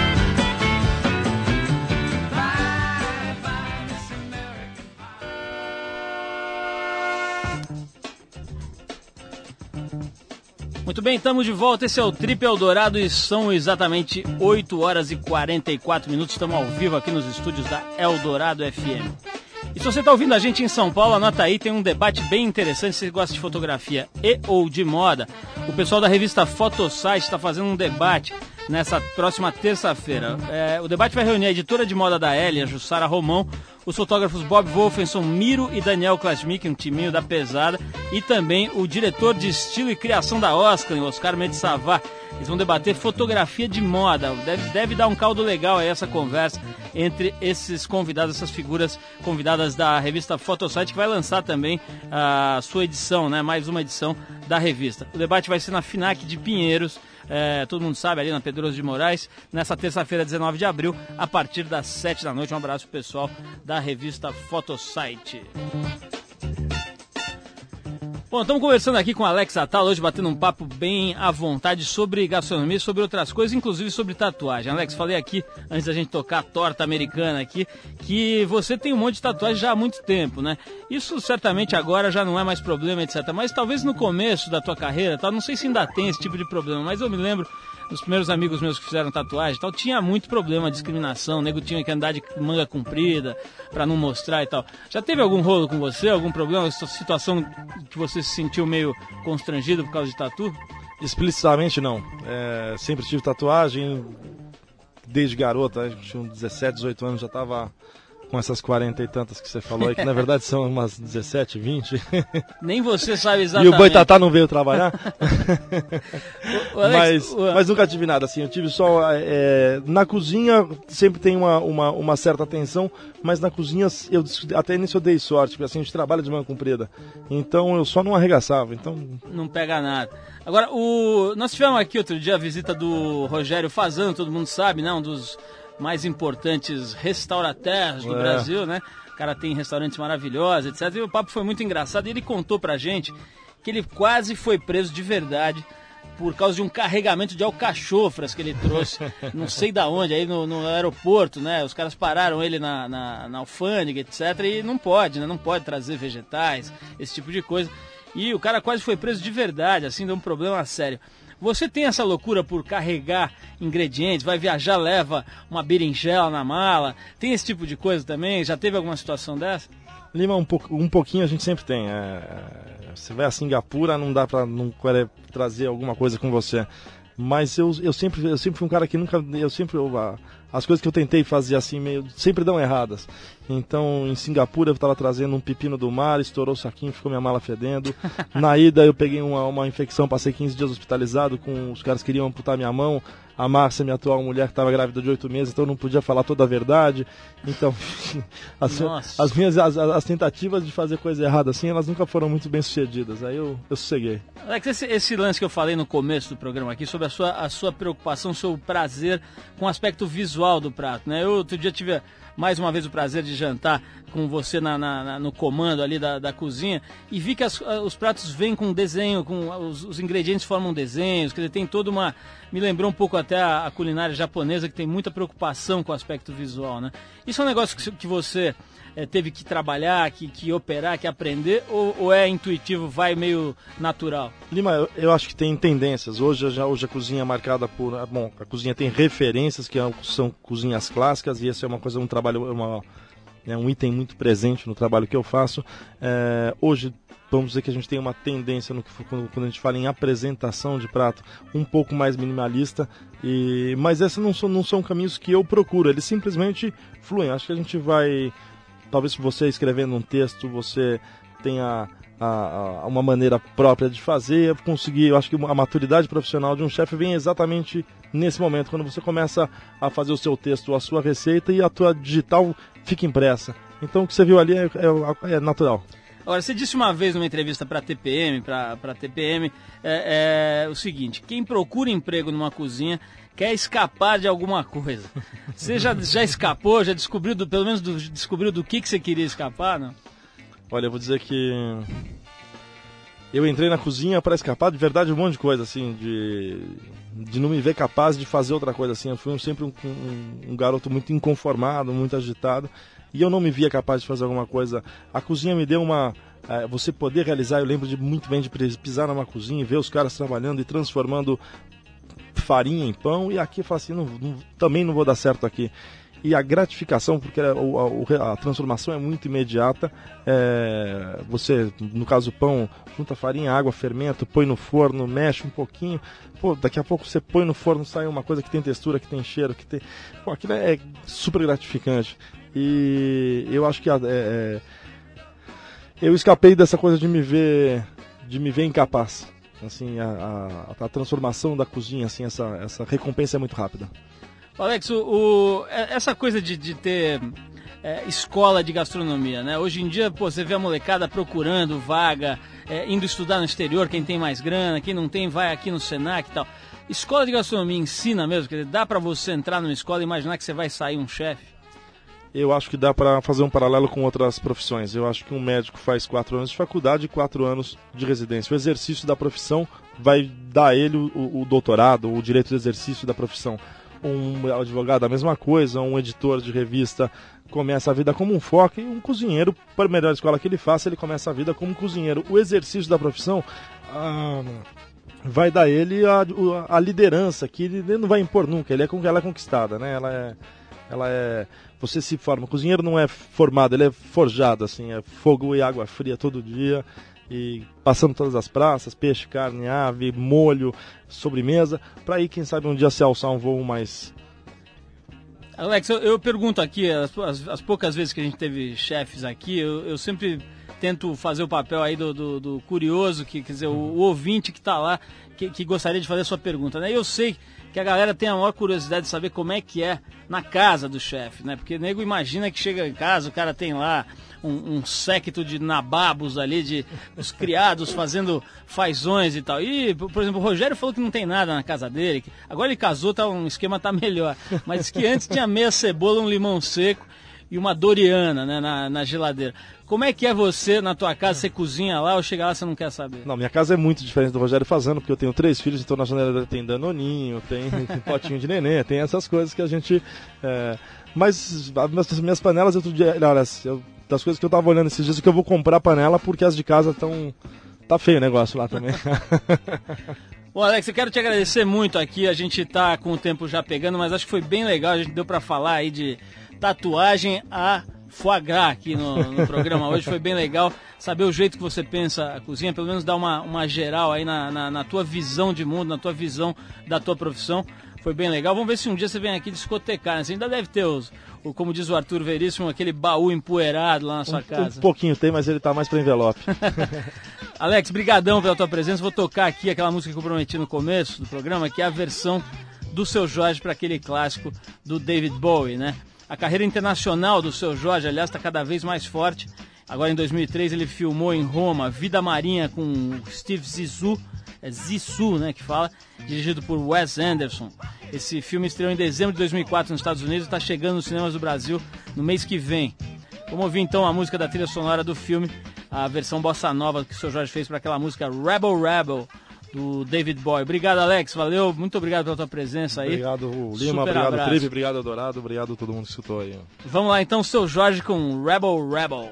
Bye bye Miss American Muito bem, estamos de volta. Esse é o Trip Eldorado e são exatamente oito horas e quarenta e quatro minutos. Estamos ao vivo aqui nos estúdios da Eldorado F M. E se você está ouvindo a gente em São Paulo, anota aí, tem um debate bem interessante. Se você gosta de fotografia e ou de moda, o pessoal da revista Photosite está fazendo um debate nessa próxima terça-feira. É, o debate vai reunir a editora de moda da Elle, a Jussara Romão, os fotógrafos Bob Wolfenson, Miro e Daniel Klasmik, um timinho da pesada, e também o diretor de estilo e criação da Oscar, o Oscar Medsavar. Eles vão debater fotografia de moda. Deve, deve dar um caldo legal a essa conversa entre esses convidados, essas figuras convidadas da revista Photosite, que vai lançar também a sua edição, né? Mais uma edição da revista. O debate vai ser na FINAC de Pinheiros, é, todo mundo sabe, ali na Pedroso de Moraes, nessa terça-feira, dezenove de abril, a partir das sete da noite. Um abraço pro pessoal da revista Photosite. Bom, estamos conversando aqui com o Alex Atala, hoje batendo um papo bem à vontade sobre gastronomia, sobre outras coisas, inclusive sobre tatuagem. Alex, falei aqui, antes da gente tocar a torta americana aqui, que você tem um monte de tatuagem já há muito tempo, né? Isso certamente agora já não é mais problema, etcétera. Mas talvez no começo da tua carreira, tal, não sei se ainda tem esse tipo de problema, mas eu me lembro dos primeiros amigos meus que fizeram tatuagem e tal, tinha muito problema, discriminação, o nego tinha que andar de manga comprida pra não mostrar e tal. Já teve algum rolo com você, algum problema, situação que você se sentiu meio constrangido por causa de tatu? Explicitamente não. É, sempre tive tatuagem, desde garoto, né? Tinha uns dezessete, dezoito anos, já tava com essas quarenta e tantas que você falou aí, que na verdade são umas dezessete, vinte. Nem você sabe exatamente. E o Boitatá não veio trabalhar. o, o Alex, mas, o... mas nunca tive nada assim, eu tive só... É, na cozinha sempre tem uma, uma, uma certa tensão, mas na cozinha eu, até nisso eu dei sorte, porque assim a gente trabalha de manga comprida. Então eu só não arregaçava, então... Não pega nada. Agora, o... nós tivemos aqui outro dia a visita do Rogério Fazano, todo mundo sabe, né? Um dos mais importantes restaurateurs do é. Brasil, né? O cara tem restaurantes maravilhosos, etcétera. E o papo foi muito engraçado e ele contou pra gente que ele quase foi preso de verdade por causa de um carregamento de alcachofras que ele trouxe, não sei da onde, aí no, no aeroporto, né? Os caras pararam ele na, na, na alfândega, etcétera. E não pode, né? Não pode trazer vegetais, esse tipo de coisa. E o cara quase foi preso de verdade, assim, deu um problema sério. Você tem essa loucura por carregar ingredientes, vai viajar, leva uma berinjela na mala, tem esse tipo de coisa também? Já teve alguma situação dessa? Lima, um, po um pouquinho a gente sempre tem. É, você vai a Singapura, não dá pra não querer trazer alguma coisa com você. Mas eu, eu, sempre, eu sempre fui um cara que nunca... Eu sempre... Eu, a, as coisas que eu tentei fazer assim, meio, sempre dão erradas. Então, em Singapura, eu estava trazendo um pepino do mar, estourou o saquinho, ficou minha mala fedendo. Na ida, eu peguei uma, uma infecção, passei quinze dias hospitalizado, com os caras queriam amputar minha mão. A Márcia, minha atual mulher, que estava grávida de oito meses, então eu não podia falar toda a verdade. Então, as, as minhas as, as tentativas de fazer coisa errada assim, elas nunca foram muito bem sucedidas. Aí eu, eu sosseguei. Alex, esse, esse lance que eu falei no começo do programa aqui, sobre a sua, a sua preocupação, o seu prazer com o aspecto visual do prato, né? Eu outro dia tive mais uma vez o prazer de jantar com você na, na, na, no comando ali da, da cozinha e vi que as, os pratos vêm com desenho, com os, os ingredientes formam desenhos, quer dizer, tem toda uma... Me lembrou um pouco até a, a culinária japonesa, que tem muita preocupação com o aspecto visual, né? Isso é um negócio que, que você é, teve que trabalhar, que, que operar, que aprender, ou, ou é intuitivo, vai meio natural? Lima, eu, eu acho que tem tendências. Hoje, já, hoje a cozinha é marcada por... Bom, a cozinha tem referências, que são cozinhas clássicas, e essa é uma coisa, um trabalho, uma, é um item muito presente no trabalho que eu faço. É, hoje, vamos dizer que a gente tem uma tendência, no que, quando, quando a gente fala em apresentação de prato, um pouco mais minimalista, e, mas esses não são, não são caminhos que eu procuro, eles simplesmente fluem. Acho que a gente vai... Talvez se você escrevendo um texto, você tenha a, a, uma maneira própria de fazer, conseguir... Eu acho que a maturidade profissional de um chefe vem exatamente nesse momento, quando você começa a fazer o seu texto, a sua receita, e a tua digital fica impressa. Então o que você viu ali é, é, é natural. Agora, você disse uma vez numa entrevista para a T P M, para T P M, é, é, o seguinte: quem procura emprego numa cozinha quer escapar de alguma coisa. Você já, já escapou, já descobriu, do, pelo menos do, descobriu do que, que você queria escapar, não? Olha, eu vou dizer que eu entrei na cozinha para escapar de verdade um monte de coisa, assim, de, de não me ver capaz de fazer outra coisa, assim. Eu fui sempre um, um, um garoto muito inconformado, muito agitado, e eu não me via capaz de fazer alguma coisa. A cozinha me deu uma... É, você poder realizar, eu lembro de, muito bem de pisar numa cozinha e ver os caras trabalhando e transformando farinha em pão, e aqui eu falo assim, não, não, também não vou dar certo aqui. E a gratificação, porque a, a, a transformação é muito imediata. É, você, no caso do pão, junta farinha, água, fermento, põe no forno, mexe um pouquinho. Pô, daqui a pouco você põe no forno, sai uma coisa que tem textura, que tem cheiro, que tem... Pô, aquilo é super gratificante. E eu acho que é, é, eu escapei dessa coisa de me ver, de me ver incapaz. Assim, a, a, a transformação da cozinha, assim, essa, essa recompensa é muito rápida. Alex, o, o, essa coisa de, de ter é, escola de gastronomia, né? Hoje em dia, pô, você vê a molecada procurando vaga, é, indo estudar no exterior, quem tem mais grana, quem não tem vai aqui no Senac e tal. Escola de gastronomia ensina mesmo? Quer dizer, dá pra você entrar numa escola e imaginar que você vai sair um chefe? eu acho que dá para fazer um paralelo com outras profissões. Eu acho que um médico faz quatro anos de faculdade e quatro anos de residência. O exercício da profissão vai dar a ele o, o doutorado, o direito de exercício da profissão. Um advogado, a mesma coisa, um editor de revista começa a vida como um foca, e um cozinheiro, para a melhor escola que ele faça, ele começa a vida como um cozinheiro. O exercício da profissão ah, vai dar a ele a, a liderança, que ele não vai impor nunca, ele é, ela é conquistada, né? Ela é... Ela é, você se forma, o cozinheiro não é formado, ele é forjado, assim, é fogo e água fria todo dia, e passando todas as praças, peixe, carne, ave, molho, sobremesa, para aí, quem sabe, um dia se alçar um voo mais... Alex, eu, eu pergunto aqui, as, as, as poucas vezes que a gente teve chefes aqui, eu, eu sempre tento fazer o papel aí do, do, do curioso, que, quer dizer, o, o ouvinte que está lá, que, que gostaria de fazer a sua pergunta, né? Eu sei que a galera tem a maior curiosidade de saber como é que é na casa do chefe, né? Porque o nego imagina que chega em casa, o cara tem lá um, um séquito de nababos ali, de os criados fazendo fazões e tal. E, por exemplo, o Rogério falou que não tem nada na casa dele, que agora ele casou, tá, um esquema tá melhor. Mas disse que antes tinha meia cebola, um limão seco e uma Doriana, né, na, na geladeira. Como é que é você, na tua casa, você cozinha lá ou chega lá e você não quer saber? Não, minha casa é muito diferente do Rogério fazendo, porque eu tenho três filhos, então na janela tem danoninho, tem potinho de neném, tem essas coisas que a gente... É... Mas as minhas panelas, outro dia, olha, eu, das coisas que eu tava olhando esses dias, é que eu vou comprar panela porque as de casa estão... Tá feio o negócio lá também. Bom, Alex, eu quero te agradecer muito aqui, a gente tá com o tempo já pegando, mas acho que foi bem legal, a gente deu pra falar aí de tatuagem a... foie gras aqui no, no programa hoje, foi bem legal saber o jeito que você pensa a cozinha, pelo menos dar uma, uma geral aí na, na, na tua visão de mundo, na tua visão da tua profissão, foi bem legal. Vamos ver se um dia você vem aqui discotecar, né? Você ainda deve ter, os, o, como diz o Arthur Veríssimo, aquele baú empoeirado lá na sua um, casa. Um pouquinho tem, mas ele tá mais para envelope. Alex, brigadão pela tua presença, vou tocar aqui aquela música que eu prometi no começo do programa, que é a versão do Seu Jorge para aquele clássico do David Bowie, né? A carreira internacional do Seu Jorge, aliás, está cada vez mais forte. Agora, em dois mil e três, ele filmou em Roma Vida Marinha com Steve Zissou, é Zissou, né, que fala, dirigido por Wes Anderson. Esse filme estreou em dezembro de dois mil e quatro nos Estados Unidos e está chegando nos cinemas do Brasil no mês que vem. Vamos ouvir, então, a música da trilha sonora do filme, a versão bossa nova que o Seu Jorge fez para aquela música Rebel Rebel, do David Bowie. Obrigado, Alex, valeu, muito obrigado pela tua presença aí. Obrigado, Lima, Super obrigado, abraço. Tripe, obrigado, Dourado, obrigado a todo mundo que escutou aí. Vamos lá, então, Seu Jorge com Rebel Rebel.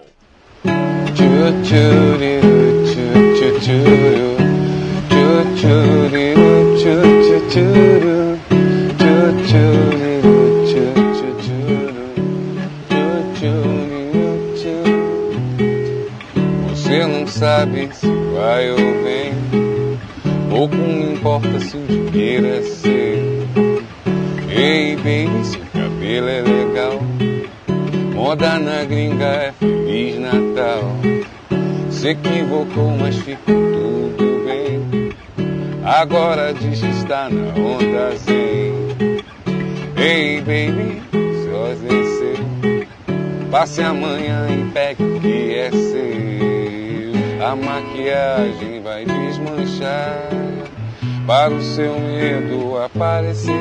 Você não sabe se vai ou vem, pouco me importa se o dinheiro é seu. Ei, baby, seu cabelo é legal, moda na gringa é Feliz Natal. Se equivocou, mas ficou tudo bem, agora diz que está na onda zen. Ei, baby, só venceu, passe amanhã e pegue o que é seu. A maquiagem vai desmanchar, para o seu medo aparecer.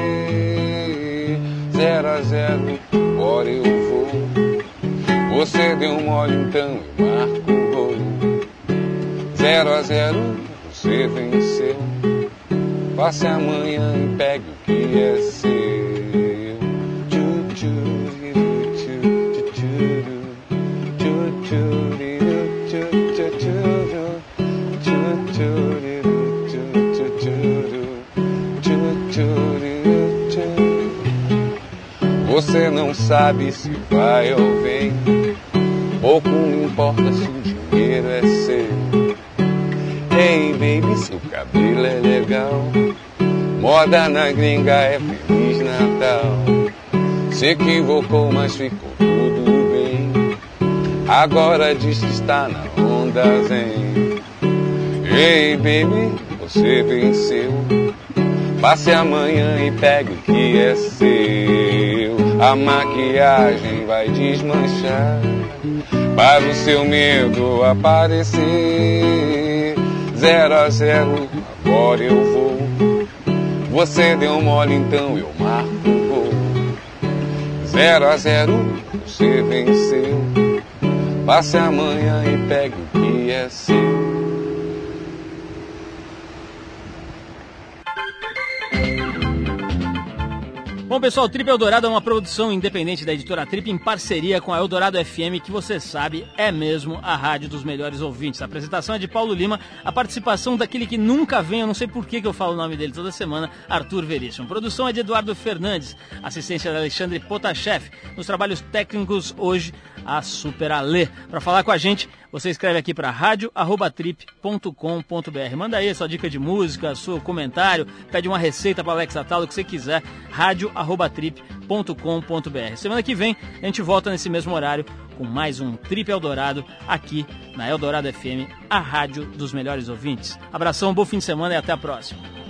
Zero a zero, agora eu vou, você deu mole, então eu marco o gol. Zero a zero, você venceu, passe amanhã e pegue o que é seu. Tchu, tchu, tchu, tchu, tchu, tchu, tchu, tchu, você não sabe se vai ou vem, pouco me importa se o dinheiro é seu. Ei, baby, seu cabelo é legal, moda na gringa é Feliz Natal. Se equivocou, mas ficou tudo bem, agora diz que está na onda zen. Ei, baby, você venceu, passe amanhã e pegue o que é seu. A maquiagem vai desmanchar, para o seu medo aparecer. Zero a zero, agora eu vou, você deu mole, então eu marco o gol. Zero a zero, você venceu. Passe amanhã e pegue o que é seu. Bom, pessoal, o Trip Eldorado é uma produção independente da editora Trip em parceria com a Eldorado F M, que você sabe é mesmo a rádio dos melhores ouvintes. A apresentação é de Paulo Lima, a participação daquele que nunca vem, eu não sei por que que eu falo o nome dele toda semana, Arthur Veríssimo. A produção é de Eduardo Fernandes, assistência de Alexandre Potashev. Nos trabalhos técnicos hoje, a Super Alê. Para falar com a gente, você escreve aqui para rádio arroba trip ponto com ponto b r. Manda aí a sua dica de música, seu comentário, pede uma receita para Alex Atala, o que você quiser, rádio arroba trip ponto com ponto b r. Semana que vem a gente volta nesse mesmo horário com mais um Trip Eldorado aqui na Eldorado F M, a rádio dos melhores ouvintes. Abração, bom fim de semana e até a próxima.